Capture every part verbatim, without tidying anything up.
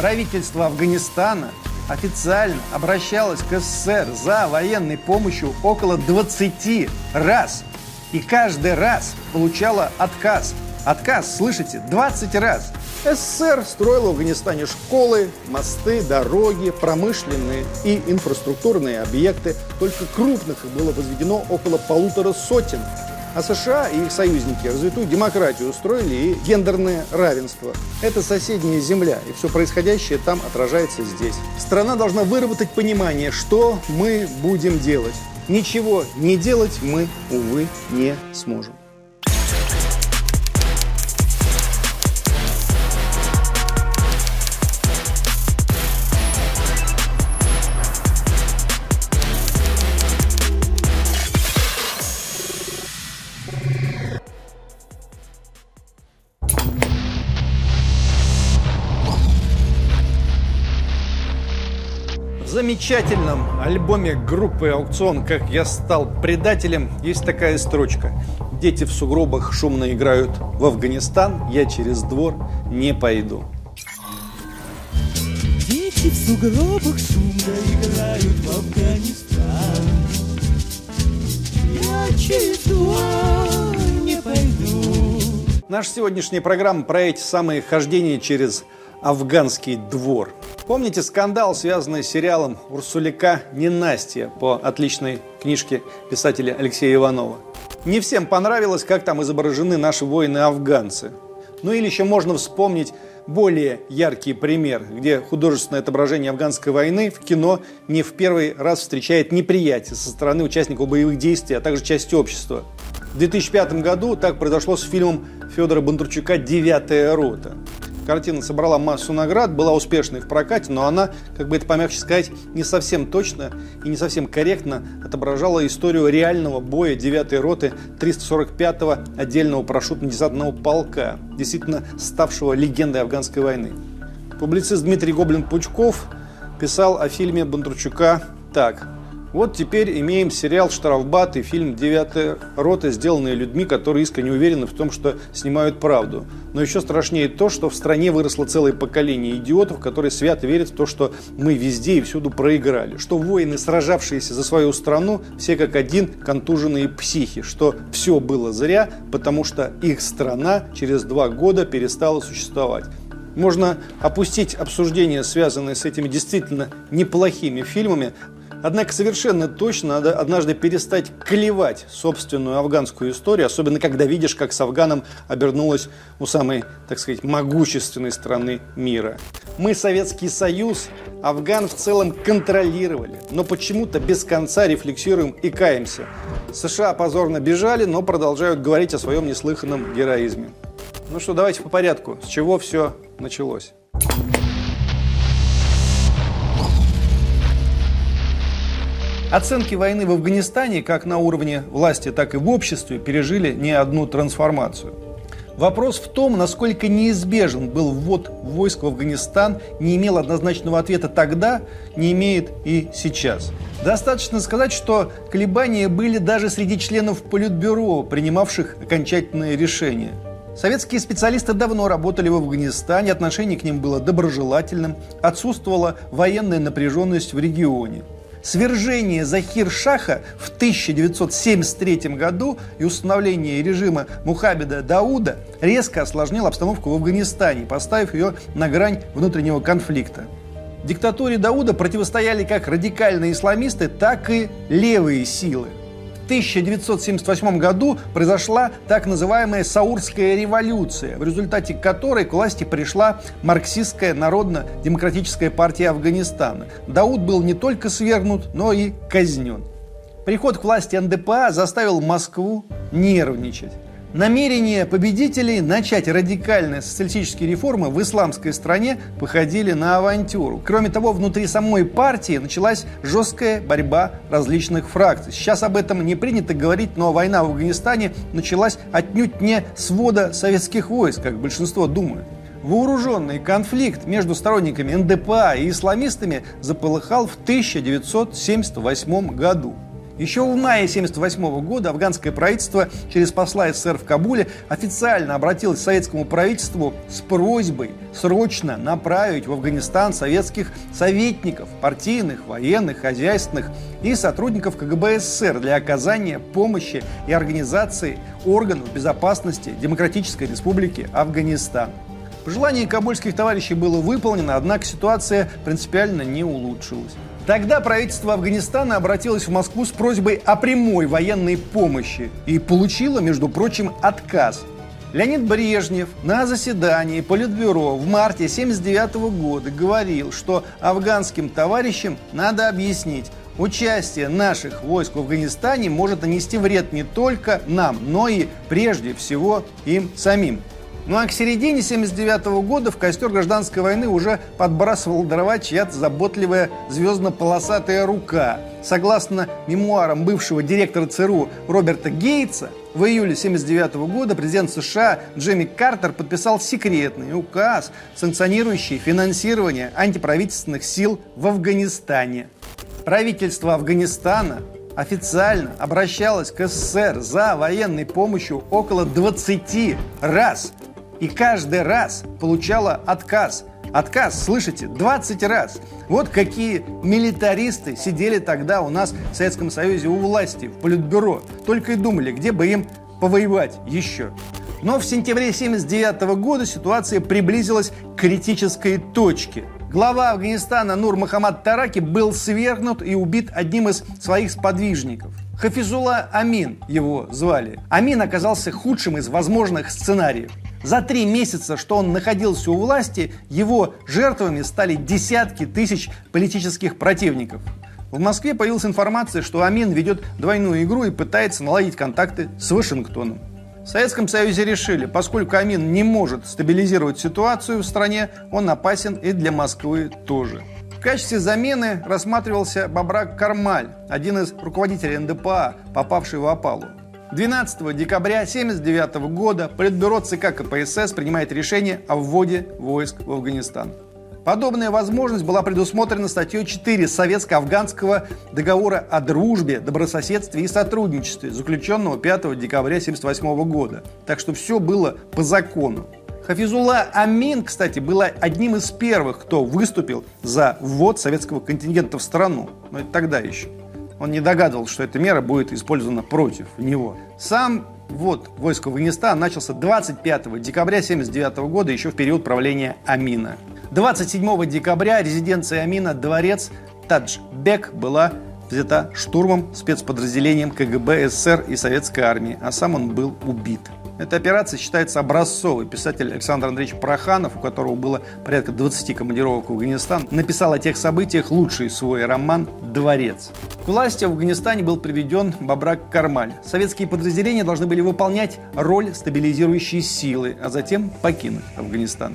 Правительство Афганистана официально обращалось к СССР за военной помощью около двадцати раз. И каждый раз получало отказ. Отказ, слышите, двадцать раз. СССР строил в Афганистане школы, мосты, дороги, промышленные и инфраструктурные объекты. Только крупных их было возведено около полутора сотен. А США и их союзники развитую демократию устроили и гендерное равенство. Это соседняя земля, и все происходящее там отражается здесь. Страна должна выработать понимание, что мы будем делать. Ничего не делать мы, увы, не сможем. В замечательном альбоме группы «Аукцион» «Как я стал предателем» есть такая строчка: «Дети в сугробах шумно играют в Афганистан, я через двор не пойду». Дети в сугробах шумно играют в Афганистан, я через двор не пойду. Наша сегодняшняя программа про эти самые хождения через афганский двор. Помните скандал, связанный с сериалом «Урсуляка ненастья» по отличной книжке писателя Алексея Иванова? Не всем понравилось, как там изображены наши воины-афганцы. Ну или еще можно вспомнить более яркий пример, где художественное отображение афганской войны в кино не в первый раз встречает неприятие со стороны участников боевых действий, а также части общества. В две тысячи пятом году так произошло с фильмом Федора Бондарчука «Девятая рота». Картина собрала массу наград, была успешной в прокате, но она, как бы это помягче сказать, не совсем точно и не совсем корректно отображала историю реального боя девятой роты триста сорок пятого отдельного парашютно-десантного полка, действительно ставшего легендой афганской войны. Публицист Дмитрий Гоблин-Пучков писал о фильме Бондарчука так: «Вот теперь имеем сериал «Штрафбат» и фильм «Девятая рота», сделанные людьми, которые искренне уверены в том, что снимают правду. Но еще страшнее то, что в стране выросло целое поколение идиотов, которые свято верят в то, что мы везде и всюду проиграли. Что воины, сражавшиеся за свою страну, все как один контуженные психи. Что все было зря, потому что их страна через два года перестала существовать». Можно опустить обсуждения, связанные с этими действительно неплохими фильмами. Однако совершенно точно надо однажды перестать клевать собственную афганскую историю, особенно когда видишь, как с Афганом обернулось у самой, так сказать, могущественной страны мира. Мы, Советский Союз, Афган в целом контролировали, но почему-то без конца рефлексируем и каемся. США позорно бежали, но продолжают говорить о своем неслыханном героизме. Ну что, давайте по порядку. С чего все началось? Оценки войны в Афганистане, как на уровне власти, так и в обществе, пережили не одну трансформацию. Вопрос в том, насколько неизбежен был ввод войск в Афганистан, не имел однозначного ответа тогда, не имеет и сейчас. Достаточно сказать, что колебания были даже среди членов Политбюро, принимавших окончательные решения. Советские специалисты давно работали в Афганистане, отношение к ним было доброжелательным, отсутствовала военная напряженность в регионе. Свержение Захир-Шаха в тысяча девятьсот семьдесят третьем году и установление режима Мухаммеда Дауда резко осложнило обстановку в Афганистане, поставив ее на грань внутреннего конфликта. Диктатуре Дауда противостояли как радикальные исламисты, так и левые силы. В тысяча девятьсот семьдесят восьмом году произошла так называемая Саурская революция, в результате которой к власти пришла марксистская народно-демократическая партия Афганистана. Дауд был не только свергнут, но и казнен. Приход к власти эн дэ пэ а заставил Москву нервничать. Намерения победителей начать радикальные социалистические реформы в исламской стране походили на авантюру. Кроме того, внутри самой партии началась жесткая борьба различных фракций. Сейчас об этом не принято говорить, но война в Афганистане началась отнюдь не с ввода советских войск, как большинство думает. Вооруженный конфликт между сторонниками эн дэ пэ а и исламистами заполыхал в тысяча девятьсот семьдесят восьмом году. Еще в мае тысяча девятьсот семьдесят восьмого года афганское правительство через посла СССР в Кабуле официально обратилось к советскому правительству с просьбой срочно направить в Афганистан советских советников, партийных, военных, хозяйственных и сотрудников КГБ СССР для оказания помощи и организации органов безопасности Демократической Республики Афганистан. Пожелание кабульских товарищей было выполнено, однако ситуация принципиально не улучшилась. Тогда правительство Афганистана обратилось в Москву с просьбой о прямой военной помощи и получило, между прочим, отказ. Леонид Брежнев на заседании Политбюро в марте тысяча девятьсот семьдесят девятого года говорил, что афганским товарищам надо объяснить, участие наших войск в Афганистане может нанести вред не только нам, но и прежде всего им самим. Ну а к середине тысяча девятьсот семьдесят девятого года в костер гражданской войны уже подбрасывала дрова чья-то заботливая звездно-полосатая рука. Согласно мемуарам бывшего директора ЦРУ Роберта Гейтса, в июле тысяча девятьсот семьдесят девятого года президент США Джимми Картер подписал секретный указ, санкционирующий финансирование антиправительственных сил в Афганистане. Правительство Афганистана официально обращалось к СССР за военной помощью около двадцати раз. И каждый раз получала отказ. Отказ, слышите, двадцать раз. Вот какие милитаристы сидели тогда у нас в Советском Союзе у власти, в Политбюро. Только и думали, где бы им повоевать еще. Но в сентябре тысяча девятьсот семьдесят девятого года ситуация приблизилась к критической точке. Глава Афганистана Нур Мохаммад Тараки был свергнут и убит одним из своих сподвижников. Хафизулла Амин его звали. Амин оказался худшим из возможных сценариев. За три месяца, что он находился у власти, его жертвами стали десятки тысяч политических противников. В Москве появилась информация, что Амин ведет двойную игру и пытается наладить контакты с Вашингтоном. В Советском Союзе решили, поскольку Амин не может стабилизировать ситуацию в стране, он опасен и для Москвы тоже. В качестве замены рассматривался Бабрак Кармаль, один из руководителей эн дэ пэ а, попавший в опалу. двенадцатого декабря тысяча девятьсот семьдесят девятого года Политбюро ЦК ка пэ эс эс принимает решение о вводе войск в Афганистан. Подобная возможность была предусмотрена статьей четыре Советско-Афганского договора о дружбе, добрососедстве и сотрудничестве, заключенного пятого декабря тысяча девятьсот семьдесят восьмого года. Так что все было по закону. Хафизулла Амин, кстати, был одним из первых, кто выступил за ввод советского контингента в страну. Но это тогда еще. Он не догадывался, что эта мера будет использована против него. Сам ввод войск в Афганистан начался двадцать пятого декабря тысяча девятьсот семьдесят девятого года, еще в период правления Амина. двадцать седьмого декабря резиденция Амина, дворец Таджбек, была взята штурмом спецподразделением ка гэ бэ эс эс эр и советской армии, а сам он был убит. Эта операция считается образцовой. Писатель Александр Андреевич Проханов, у которого было порядка двадцати командировок в Афганистан, написал о тех событиях лучший свой роман «Дворец». К власти в Афганистане был приведен Бабрак Кармаль. Советские подразделения должны были выполнять роль стабилизирующей силы, а затем покинуть Афганистан.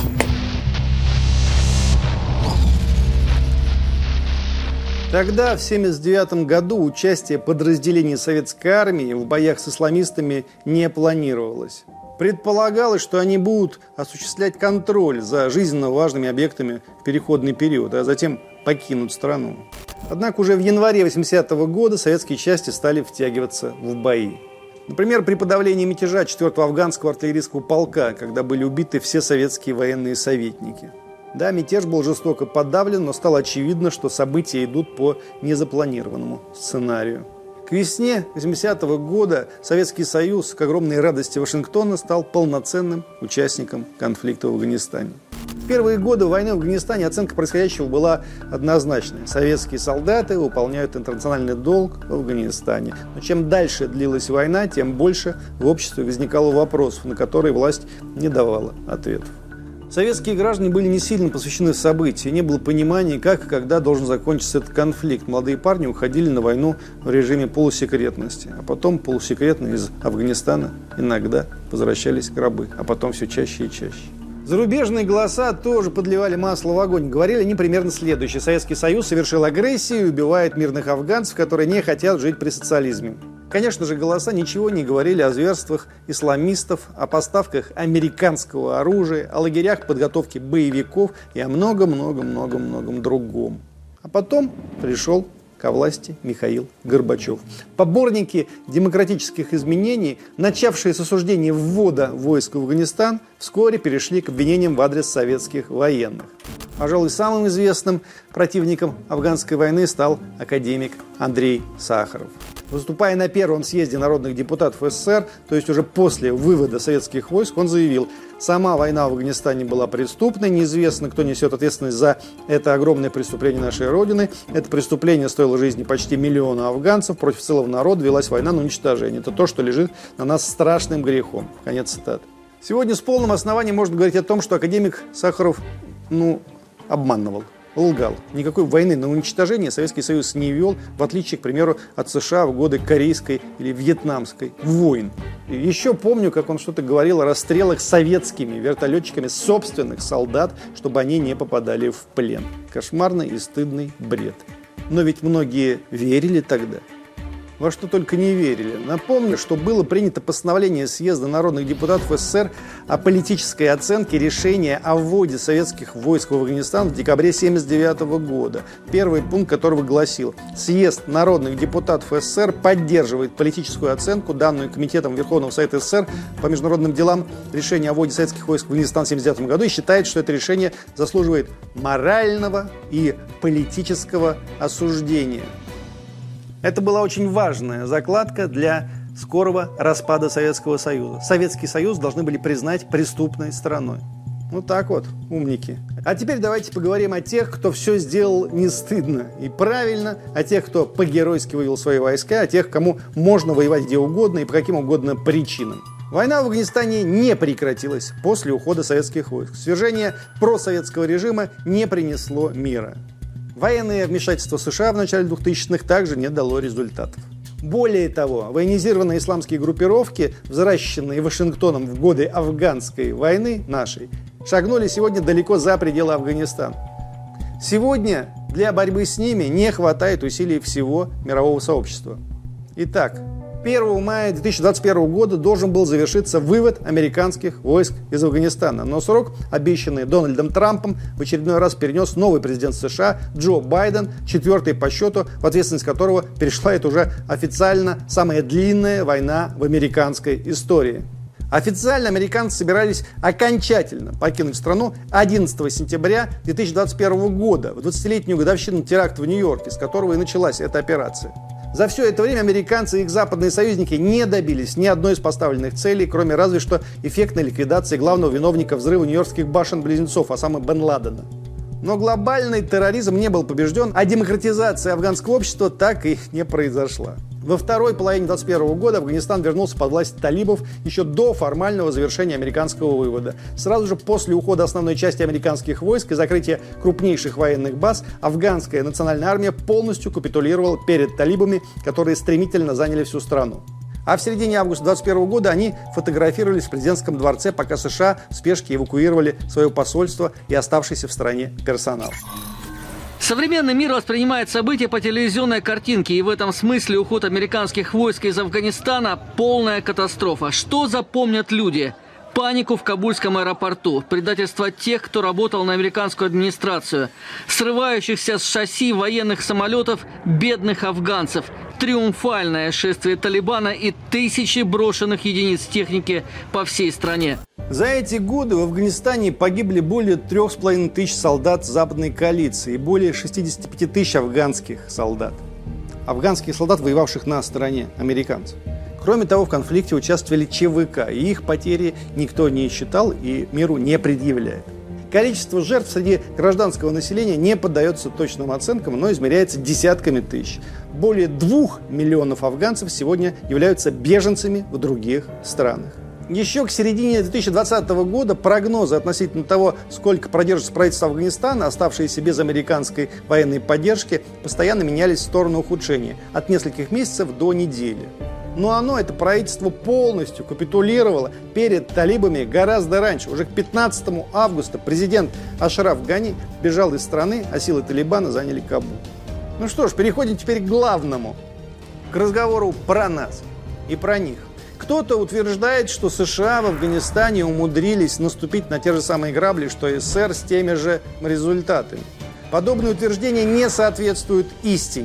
Тогда, в тысяча девятьсот семьдесят девятом году, участие подразделений советской армии в боях с исламистами не планировалось. Предполагалось, что они будут осуществлять контроль за жизненно важными объектами в переходный период, а затем покинут страну. Однако уже в январе восьмидесятого года советские части стали втягиваться в бои. Например, при подавлении мятежа четвёртого афганского артиллерийского полка, когда были убиты все советские военные советники. Да, мятеж был жестоко подавлен, но стало очевидно, что события идут по незапланированному сценарию. К весне восьмидесятого года Советский Союз, к огромной радости Вашингтона, стал полноценным участником конфликта в Афганистане. В первые годы войны в Афганистане оценка происходящего была однозначной. Советские солдаты выполняют интернациональный долг в Афганистане. Но чем дальше длилась война, тем больше в обществе возникало вопросов, на которые власть не давала ответов. Советские граждане были не сильно посвящены событиям, не было понимания, как и когда должен закончиться этот конфликт. Молодые парни уходили на войну в режиме полусекретности, а потом полусекретно из Афганистана иногда возвращались рабы, а потом все чаще и чаще. Зарубежные голоса тоже подливали масло в огонь. Говорили они примерно следующее: Советский Союз совершил агрессию и убивает мирных афганцев, которые не хотят жить при социализме. Конечно же, голоса ничего не говорили о зверствах исламистов, о поставках американского оружия, о лагерях подготовки боевиков и о много-много-много-многом другом. А потом пришел ко власти Михаил Горбачев. Поборники демократических изменений, начавшие с осуждения ввода войск в Афганистан, вскоре перешли к обвинениям в адрес советских военных. Пожалуй, самым известным противником афганской войны стал академик Андрей Сахаров. Выступая на первом съезде народных депутатов СССР, то есть уже после вывода советских войск, он заявил: сама война в Афганистане была преступной, неизвестно, кто несет ответственность за это огромное преступление нашей Родины. Это преступление стоило жизни почти миллиона афганцев, против целого народа велась война на уничтожение. Это то, что лежит на нас страшным грехом. Конец цитаты. Сегодня с полным основанием можно говорить о том, что академик Сахаров, ну, обманывал. Лгал. Никакой войны на уничтожение Советский Союз не вел, в отличие, к примеру, от США в годы Корейской или Вьетнамской войн. И еще помню, как он что-то говорил о расстрелах советскими вертолетчиками собственных солдат, чтобы они не попадали в плен. Кошмарный и стыдный бред. Но ведь многие верили тогда. Во что только не верили. Напомню, что было принято постановление съезда народных депутатов СССР о политической оценке решения о вводе советских войск в Афганистан в декабре тысяча девятьсот семьдесят девятого года. Первый пункт которого гласил: съезд народных депутатов СССР поддерживает политическую оценку, данную Комитетом Верховного Совета СССР по международным делам решения о вводе советских войск в Афганистан в тысяча девятьсот семьдесят девятом году, и считает, что это решение заслуживает морального и политического осуждения. Это была очень важная закладка для скорого распада Советского Союза. Советский Союз должны были признать преступной страной. Вот так вот, умники. А теперь давайте поговорим о тех, кто все сделал не стыдно и правильно, о тех, кто по-геройски вывел свои войска, о тех, кому можно воевать где угодно и по каким угодно причинам. Война в Афганистане не прекратилась после ухода советских войск. Свержение просоветского режима не принесло мира. Военное вмешательство США в начале двухтысячных также не дало результатов. Более того, военизированные исламские группировки, взращенные Вашингтоном в годы афганской войны нашей, шагнули сегодня далеко за пределы Афганистана. Сегодня для борьбы с ними не хватает усилий всего мирового сообщества. Итак, первого мая две тысячи двадцать первого года должен был завершиться вывод американских войск из Афганистана. Но срок, обещанный Дональдом Трампом, в очередной раз перенес новый президент США Джо Байден, четвертый по счету, в ответственность которого перешла эта уже официально самая длинная война в американской истории. Официально американцы собирались окончательно покинуть страну одиннадцатого сентября две тысячи двадцать первого года, в двадцатилетнюю годовщину теракта в Нью-Йорке, с которого и началась эта операция. За все это время американцы и их западные союзники не добились ни одной из поставленных целей, кроме разве что эффектной ликвидации главного виновника взрыва нью-йоркских башен-близнецов, Осамы бен Ладена. Но глобальный терроризм не был побежден, а демократизация афганского общества так и не произошла. Во второй половине двадцать первого года Афганистан вернулся под власть талибов еще до формального завершения американского вывода. Сразу же после ухода основной части американских войск и закрытия крупнейших военных баз, афганская национальная армия полностью капитулировала перед талибами, которые стремительно заняли всю страну. А в середине августа двадцать первого года они фотографировались в президентском дворце, пока США в спешке эвакуировали свое посольство и оставшийся в стране персонал. Современный мир воспринимает события по телевизионной картинке, и в этом смысле уход американских войск из Афганистана – полная катастрофа. Что запомнят люди? Панику в Кабульском аэропорту, предательство тех, кто работал на американскую администрацию, срывающихся с шасси военных самолетов бедных афганцев, триумфальное шествие Талибана и тысячи брошенных единиц техники по всей стране. За эти годы в Афганистане погибли более трех с половиной тысяч солдат западной коалиции и более шестидесяти пяти тысяч афганских солдат. Афганских солдат, воевавших на стороне американцев. Кроме того, в конфликте участвовали ЧВК, и их потери никто не считал и миру не предъявляет. Количество жертв среди гражданского населения не поддается точным оценкам, но измеряется десятками тысяч. Более двух миллионов афганцев сегодня являются беженцами в других странах. Еще к середине две тысячи двадцатого года прогнозы относительно того, сколько продержится правительство Афганистана, оставшееся без американской военной поддержки, постоянно менялись в сторону ухудшения от нескольких месяцев до недели. Но оно, это правительство, полностью капитулировало перед талибами гораздо раньше. Уже к пятнадцатому августа президент Ашраф Гани бежал из страны, а силы Талибана заняли Кабул. Ну что ж, переходим теперь к главному, к разговору про нас и про них. Кто-то утверждает, что США в Афганистане умудрились наступить на те же самые грабли, что и СССР, с теми же результатами. Подобные утверждения не соответствуют истине.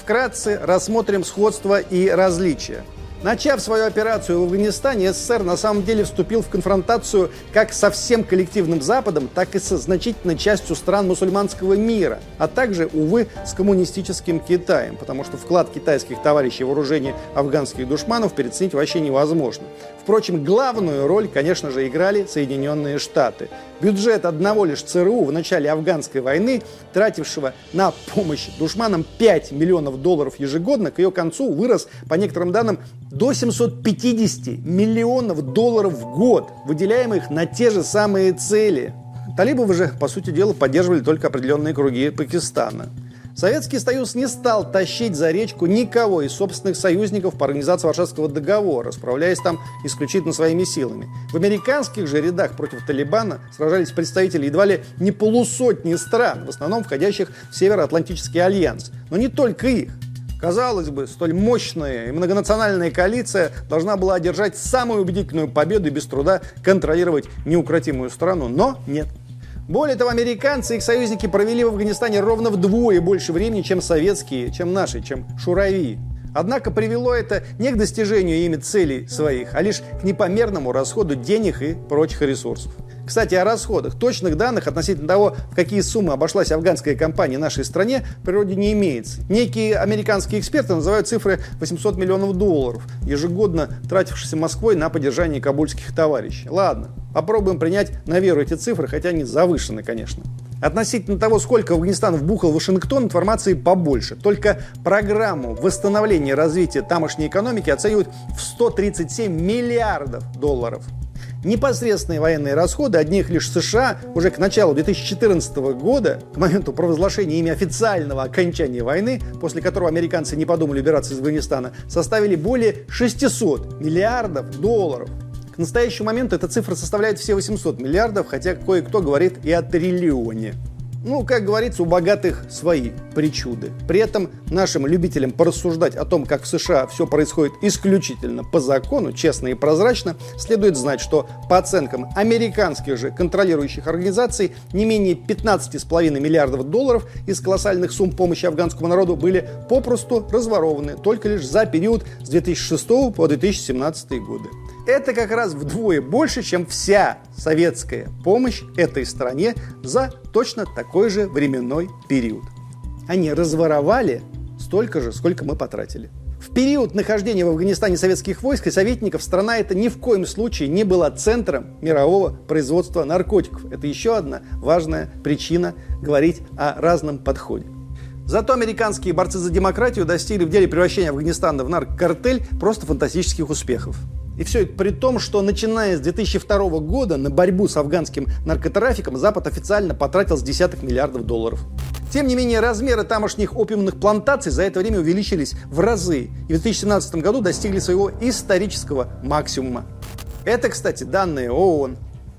Вкратце рассмотрим сходства и различия. Начав свою операцию в Афганистане, СССР на самом деле вступил в конфронтацию как со всем коллективным Западом, так и со значительной частью стран мусульманского мира, а также, увы, с коммунистическим Китаем, потому что вклад китайских товарищей в вооружение афганских душманов переоценить вообще невозможно. Впрочем, главную роль, конечно же, играли Соединенные Штаты. Бюджет одного лишь ЦРУ в начале афганской войны, тратившего на помощь душманам пять миллионов долларов ежегодно, к ее концу вырос, по некоторым данным, до семисот пятидесяти миллионов долларов в год, выделяемых на те же самые цели. Талибы же, по сути дела, поддерживали только определенные круги Пакистана. Советский Союз не стал тащить за речку никого из собственных союзников по организации Варшавского договора, справляясь там исключительно своими силами. В американских же рядах против Талибана сражались представители едва ли не полусотни стран, в основном входящих в Североатлантический альянс. Но не только их. Казалось бы, столь мощная и многонациональная коалиция должна была одержать самую убедительную победу и без труда контролировать неукротимую страну, но нет. Более того, американцы и их союзники провели в Афганистане ровно вдвое больше времени, чем советские, чем наши, чем шурави. Однако привело это не к достижению ими целей своих, а лишь к непомерному расходу денег и прочих ресурсов. Кстати, о расходах. Точных данных относительно того, в какие суммы обошлась афганская кампания нашей стране, в природе не имеется. Некие американские эксперты называют цифры восемьсот миллионов долларов, ежегодно тратившиеся Москвой на поддержание кабульских товарищей. Ладно, попробуем принять на веру эти цифры, хотя они завышены, конечно. Относительно того, сколько Афганистан вбухал Вашингтон, информации побольше. Только программу восстановления и развития тамошней экономики оценивают в сто тридцать семь миллиардов долларов. Непосредственные военные расходы одних лишь США уже к началу две тысячи четырнадцатого года, к моменту провозглашения ими официального окончания войны, после которого американцы не подумали убираться из Афганистана, составили более шестисот миллиардов долларов. К настоящему моменту эта цифра составляет все восемьсот миллиардов, хотя кое-кто говорит и о триллионе. Ну, как говорится, у богатых свои причуды. При этом нашим любителям порассуждать о том, как в США все происходит исключительно по закону, честно и прозрачно, следует знать, что по оценкам американских же контролирующих организаций не менее пятнадцати с половиной миллиардов долларов из колоссальных сумм помощи афганскому народу были попросту разворованы только лишь за период с две тысячи шестого по две тысячи семнадцатый годы. Это как раз вдвое больше, чем вся советская помощь этой стране за точно такой же временной период. Они разворовали столько же, сколько мы потратили. В период нахождения в Афганистане советских войск и советников страна эта ни в коем случае не была центром мирового производства наркотиков. Это еще одна важная причина говорить о разном подходе. Зато американские борцы за демократию достигли в деле превращения Афганистана в наркокартель просто фантастических успехов. И все это при том, что начиная с две тысячи второго года на борьбу с афганским наркотрафиком Запад официально потратил с десяток миллиардов долларов. Тем не менее, размеры тамошних опиумных плантаций за это время увеличились в разы и в две тысячи семнадцатом году достигли своего исторического максимума. Это, кстати, данные ООН.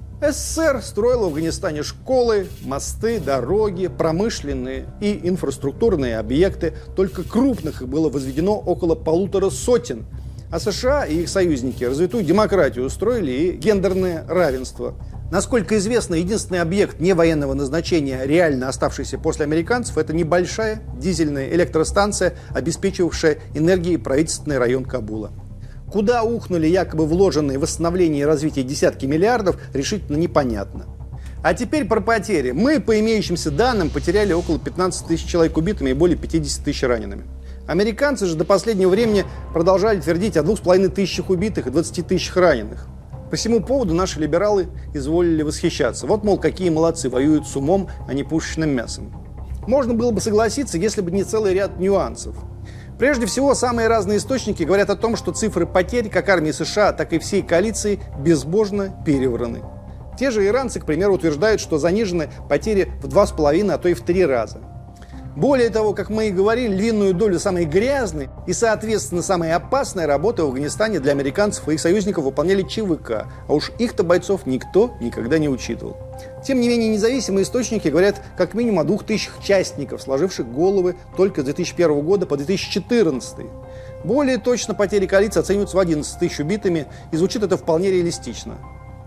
СССР строил в Афганистане школы, мосты, дороги, промышленные и инфраструктурные объекты. Только крупных их было возведено около полутора сотен. А США и их союзники развитую демократию устроили и гендерное равенство. Насколько известно, единственный объект невоенного назначения, реально оставшийся после американцев, это небольшая дизельная электростанция, обеспечивавшая энергией правительственный район Кабула. Куда ухнули якобы вложенные в восстановление и развитие десятки миллиардов, решительно непонятно. А теперь про потери. Мы, по имеющимся данным, потеряли около пятнадцати тысяч человек убитыми и более пятидесяти тысяч ранеными. Американцы же до последнего времени продолжали твердить о двух с половиной тысячах убитых и двадцати тысячах раненых. По всему поводу наши либералы изволили восхищаться. Вот, мол, какие молодцы, воюют с умом, а не пушечным мясом. Можно было бы согласиться, если бы не целый ряд нюансов. Прежде всего, самые разные источники говорят о том, что цифры потерь как армии США, так и всей коалиции безбожно перевраны. Те же иранцы, к примеру, утверждают, что занижены потери в два с половиной, а то и в три раза. Более того, как мы и говорили, львиную долю самой грязной и, соответственно, самой опасной работы в Афганистане для американцев и их союзников выполняли ЧВК, а уж их-то бойцов никто никогда не учитывал. Тем не менее, независимые источники говорят как минимум о двух тысячах частников, сложивших головы только с две тысячи первого года по две тысячи четырнадцатый. Более точно потери коалиции оцениваются в одиннадцать тысяч убитыми, и звучит это вполне реалистично.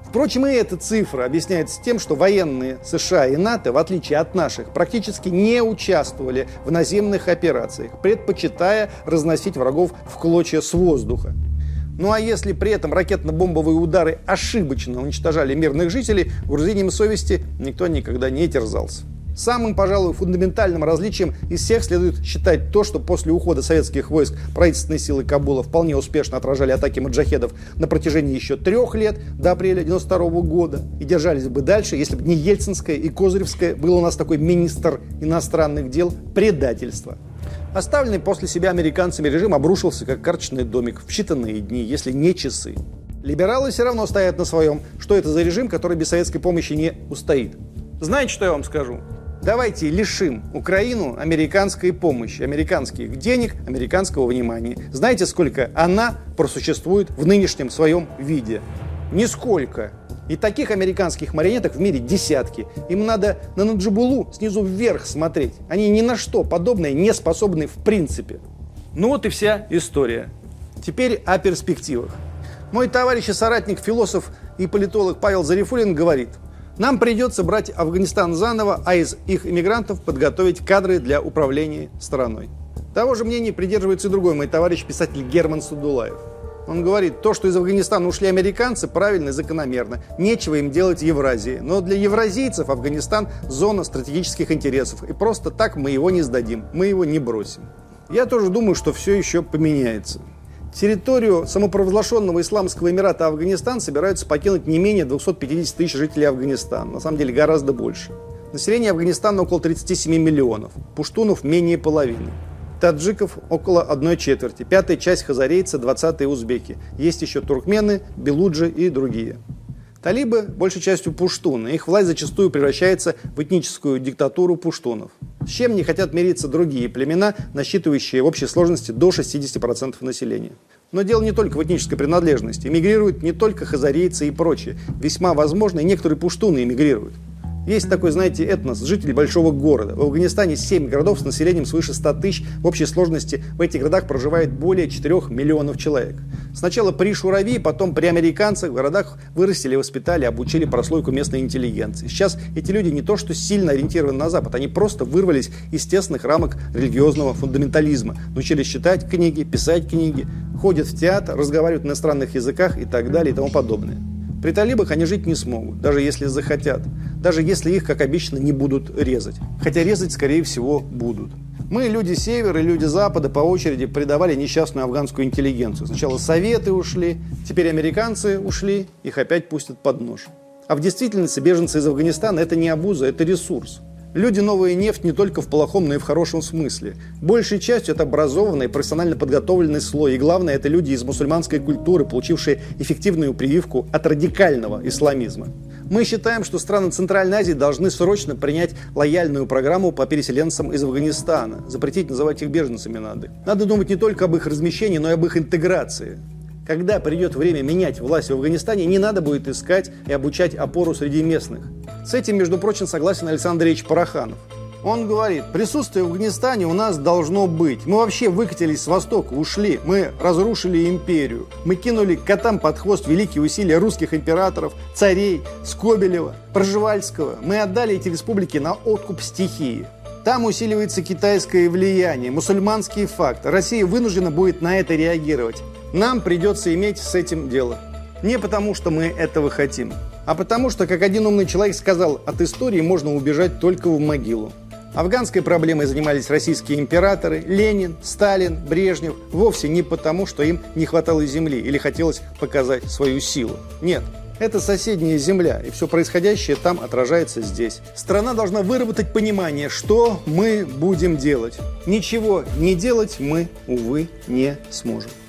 Впрочем, и эта цифра объясняется тем, что военные США и НАТО, в отличие от наших, практически не участвовали в наземных операциях, предпочитая разносить врагов в клочья с воздуха. Ну а если при этом ракетно-бомбовые удары ошибочно уничтожали мирных жителей, угрызением совести никто никогда не терзался. Самым, пожалуй, фундаментальным различием из всех следует считать то, что после ухода советских войск правительственные силы Кабула вполне успешно отражали атаки маджахедов на протяжении еще трех лет, до апреля девяносто второго года, и держались бы дальше, если бы не Ельцинское и Козыревское, был у нас такой министр иностранных дел, предательство. Оставленный после себя американцами режим обрушился, как карточный домик, в считанные дни, если не часы. Либералы все равно стоят на своем. Что это за режим, который без советской помощи не устоит? Знаете, что я вам скажу? Давайте лишим Украину американской помощи, американских денег, американского внимания. Знаете, сколько она просуществует в нынешнем своем виде? Нисколько. И таких американских марионеток в мире десятки. Им надо на Наджибулу снизу вверх смотреть. Они ни на что подобное не способны в принципе. Ну вот и вся история. Теперь о перспективах. Мой товарищ и соратник, философ и политолог Павел Зарифуллин говорит: нам придется брать Афганистан заново, а из их иммигрантов подготовить кадры для управления страной. Того же мнения придерживается и другой мой товарищ, писатель Герман Садулаев. Он говорит, то, что из Афганистана ушли американцы, правильно и закономерно. Нечего им делать в Евразии. Но для евразийцев Афганистан – зона стратегических интересов. И просто так мы его не сдадим, мы его не бросим. Я тоже думаю, что все еще поменяется. Территорию самопровозглашенного Исламского Эмирата Афганистан собираются покинуть не менее двухсот пятидесяти тысяч жителей Афганистана. На самом деле гораздо больше. Население Афганистана около тридцати семи миллионов. Пуштунов менее половины. Таджиков около одной четверти. Пятая часть хазарейцы, двадцатые узбеки. Есть еще туркмены, белуджи и другие. Талибы большей частью пуштуны. Их власть зачастую превращается в этническую диктатуру пуштунов. С чем не хотят мириться другие племена, насчитывающие в общей сложности до шестидесяти процентов населения. Но дело не только в этнической принадлежности. Эмигрируют не только хазарейцы и прочие. Весьма возможно, и некоторые пуштуны эмигрируют. Есть такой, знаете, этнос, житель большого города. В Афганистане семь городов с населением свыше ста тысяч. В общей сложности в этих городах проживает более четырёх миллионов человек. Сначала при Шурави, потом при американцах в городах вырастили, воспитали, обучили прослойку местной интеллигенции. Сейчас эти люди не то что сильно ориентированы на Запад, они просто вырвались из тесных рамок религиозного фундаментализма. Научились читать книги, писать книги, ходят в театр, разговаривают на иностранных языках и так далее и тому подобное. При талибах они жить не смогут, даже если захотят. Даже если их, как обычно, не будут резать. Хотя резать, скорее всего, будут. Мы, люди Севера и люди Запада, по очереди предавали несчастную афганскую интеллигенцию. Сначала Советы ушли, теперь американцы ушли, их опять пустят под нож. А в действительности беженцы из Афганистана – это не обуза, это ресурс. Люди новая нефть не только в плохом, но и в хорошем смысле. Большей частью это образованный, профессионально подготовленный слой. И главное, это люди из мусульманской культуры, получившие эффективную прививку от радикального исламизма. Мы считаем, что страны Центральной Азии должны срочно принять лояльную программу по переселенцам из Афганистана. Запретить называть их беженцами надо. Надо думать не только об их размещении, но и об их интеграции. Когда придет время менять власть в Афганистане, не надо будет искать и обучать опору среди местных. С этим, между прочим, согласен Александр Ильич Пороханов. Он говорит, присутствие в Афганистане у нас должно быть. Мы вообще выкатились с востока, ушли. Мы разрушили империю. Мы кинули котам под хвост великие усилия русских императоров, царей, Скобелева, Пржевальского. Мы отдали эти республики на откуп стихии. Там усиливается китайское влияние, мусульманский фактор. Россия вынуждена будет на это реагировать. Нам придется иметь с этим дело. Не потому, что мы этого хотим, а потому, что, как один умный человек сказал, от истории можно убежать только в могилу. Афганской проблемой занимались российские императоры, Ленин, Сталин, Брежнев, вовсе не потому, что им не хватало земли или хотелось показать свою силу. Нет. Это соседняя земля, и все происходящее там отражается здесь. Страна должна выработать понимание, что мы будем делать. Ничего не делать мы, увы, не сможем.